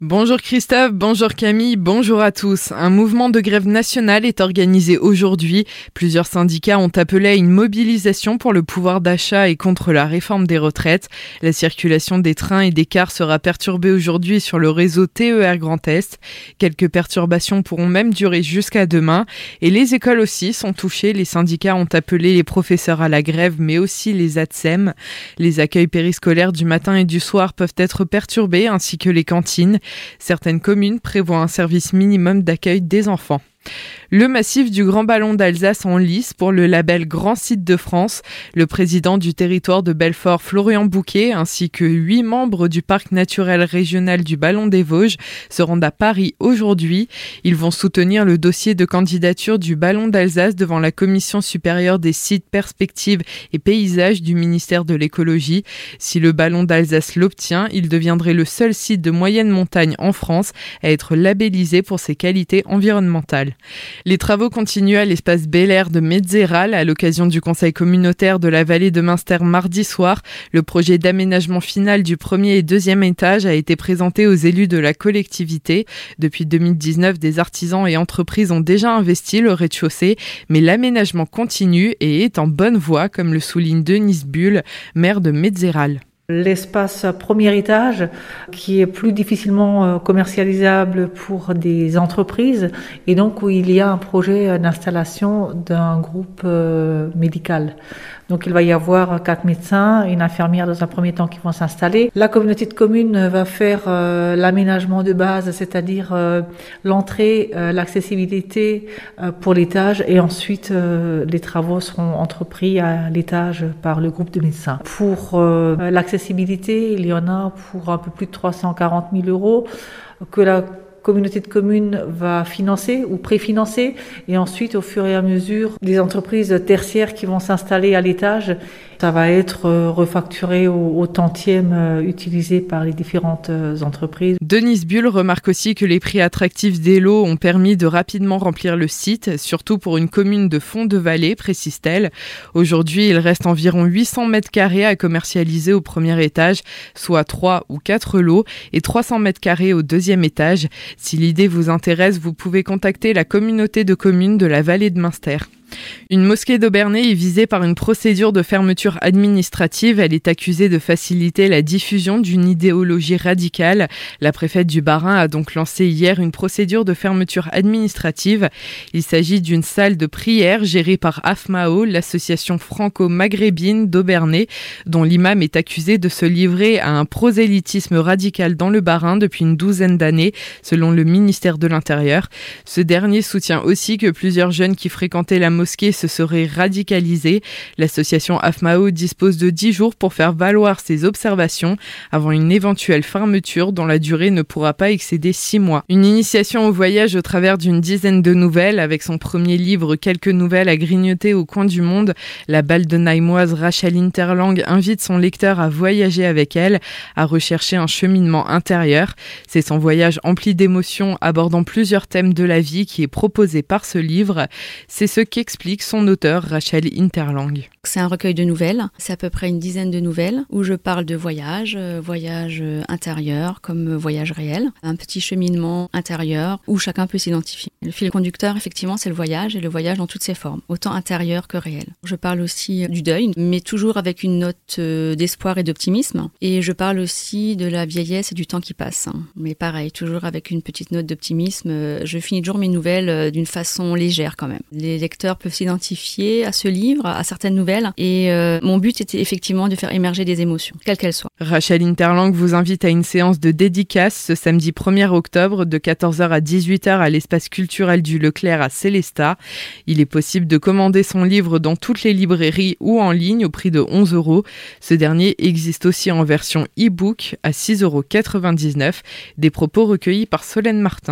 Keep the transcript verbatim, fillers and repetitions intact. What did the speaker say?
Bonjour Christophe, bonjour Camille, bonjour à tous. Un mouvement de grève nationale est organisé aujourd'hui. Plusieurs syndicats ont appelé à une mobilisation pour le pouvoir d'achat et contre la réforme des retraites. La circulation des trains et des cars sera perturbée aujourd'hui sur le réseau T E R Grand Est. Quelques perturbations pourront même durer jusqu'à demain. Et les écoles aussi sont touchées. Les syndicats ont appelé les professeurs à la grève, mais aussi les A T S E M. Les accueils périscolaires du matin et du soir peuvent être perturbés, ainsi que les cantines. Certaines communes prévoient un service minimum d'accueil des enfants. Le massif du Grand Ballon d'Alsace en lice pour le label Grand Site de France. Le président du territoire de Belfort, Florian Bouquet, ainsi que huit membres du parc naturel régional du Ballon des Vosges se rendent à Paris aujourd'hui. Ils vont soutenir le dossier de candidature du Ballon d'Alsace devant la Commission supérieure des sites, perspectives et paysages du ministère de l'écologie. Si le Ballon d'Alsace l'obtient, il deviendrait le seul site de moyenne montagne en France à être labellisé pour ses qualités environnementales. Les travaux continuent à l'espace Bel Air de Metzeral à l'occasion du conseil communautaire de la vallée de Münster mardi soir. Le projet d'aménagement final du premier et deuxième étage a été présenté aux élus de la collectivité. Depuis deux mille dix-neuf, des artisans et entreprises ont déjà investi le rez-de-chaussée, mais l'aménagement continue et est en bonne voie, comme le souligne Denise Bull, maire de Metzeral. L'espace premier étage, qui est plus difficilement commercialisable pour des entreprises, et donc où il y a un projet d'installation d'un groupe médical. Donc il va y avoir quatre médecins, une infirmière dans un premier temps qui vont s'installer. La communauté de communes va faire euh, l'aménagement de base, c'est-à-dire euh, l'entrée, euh, l'accessibilité euh, pour l'étage, et ensuite euh, les travaux seront entrepris à l'étage par le groupe de médecins. Pour euh, l'accessibilité, il y en a pour un peu plus de trois cent quarante mille euros que la communauté de communes va financer ou préfinancer, et ensuite au fur et à mesure les entreprises tertiaires qui vont s'installer à l'étage, ça va être refacturé au, au tantième utilisé par les différentes entreprises. Denise Bull remarque aussi que les prix attractifs des lots ont permis de rapidement remplir le site, surtout pour une commune de fond de vallée, précise-t-elle. Aujourd'hui, il reste environ huit cents mètres carrés à commercialiser au premier étage, soit trois ou quatre lots, et trois cents mètres carrés au deuxième étage. Si l'idée vous intéresse, vous pouvez contacter la communauté de communes de la vallée de Münster. Une mosquée d'Aubernais est visée par une procédure de fermeture administrative. Elle est accusée de faciliter la diffusion d'une idéologie radicale. La préfète du Bas-Rhin a donc lancé hier une procédure de fermeture administrative. Il s'agit d'une salle de prière gérée par A F M A O, l'association franco-maghrébine d'Aubernais, dont l'imam est accusé de se livrer à un prosélytisme radical dans le Bas-Rhin depuis une douzaine d'années, selon le ministère de l'Intérieur. Ce dernier soutient aussi que plusieurs jeunes qui fréquentaient la mosquée se serait radicalisée. L'association A F M A O dispose de dix jours pour faire valoir ses observations avant une éventuelle fermeture dont la durée ne pourra pas excéder six mois. Une initiation au voyage au travers d'une dizaine de nouvelles. Avec son premier livre Quelques nouvelles à grignoter au coin du monde, la Baldonheimoise Rachel Interlang invite son lecteur à voyager avec elle, à rechercher un cheminement intérieur. C'est son voyage empli d'émotions abordant plusieurs thèmes de la vie qui est proposé par ce livre. C'est ce qu'explique explique son auteur Rachel Interlang. C'est un recueil de nouvelles, c'est à peu près une dizaine de nouvelles où je parle de voyage, euh, voyage euh, intérieur comme euh, voyage réel, un petit cheminement intérieur où chacun peut s'identifier. Le fil conducteur, effectivement, c'est le voyage, et le voyage dans toutes ses formes, autant intérieur que réel. Je parle aussi euh, du deuil, mais toujours avec une note euh, d'espoir et d'optimisme, et je parle aussi de la vieillesse et du temps qui passe, hein. Mais pareil, toujours avec une petite note d'optimisme. Euh, je finis toujours mes nouvelles euh, d'une façon légère quand même. Les lecteurs peuvent s'identifier à ce livre, à certaines nouvelles, et euh, mon but était effectivement de faire émerger des émotions, quelles qu'elles soient. Rachel Interlang vous invite à une séance de dédicace ce samedi premier octobre de quatorze heures à dix-huit heures à l'espace culturel du Leclerc à Célestat. Il est possible de commander son livre dans toutes les librairies ou en ligne au prix de onze euros. Ce dernier existe aussi en version e-book à six euros quatre-vingt-dix-neuf. Des propos recueillis par Solène Martin.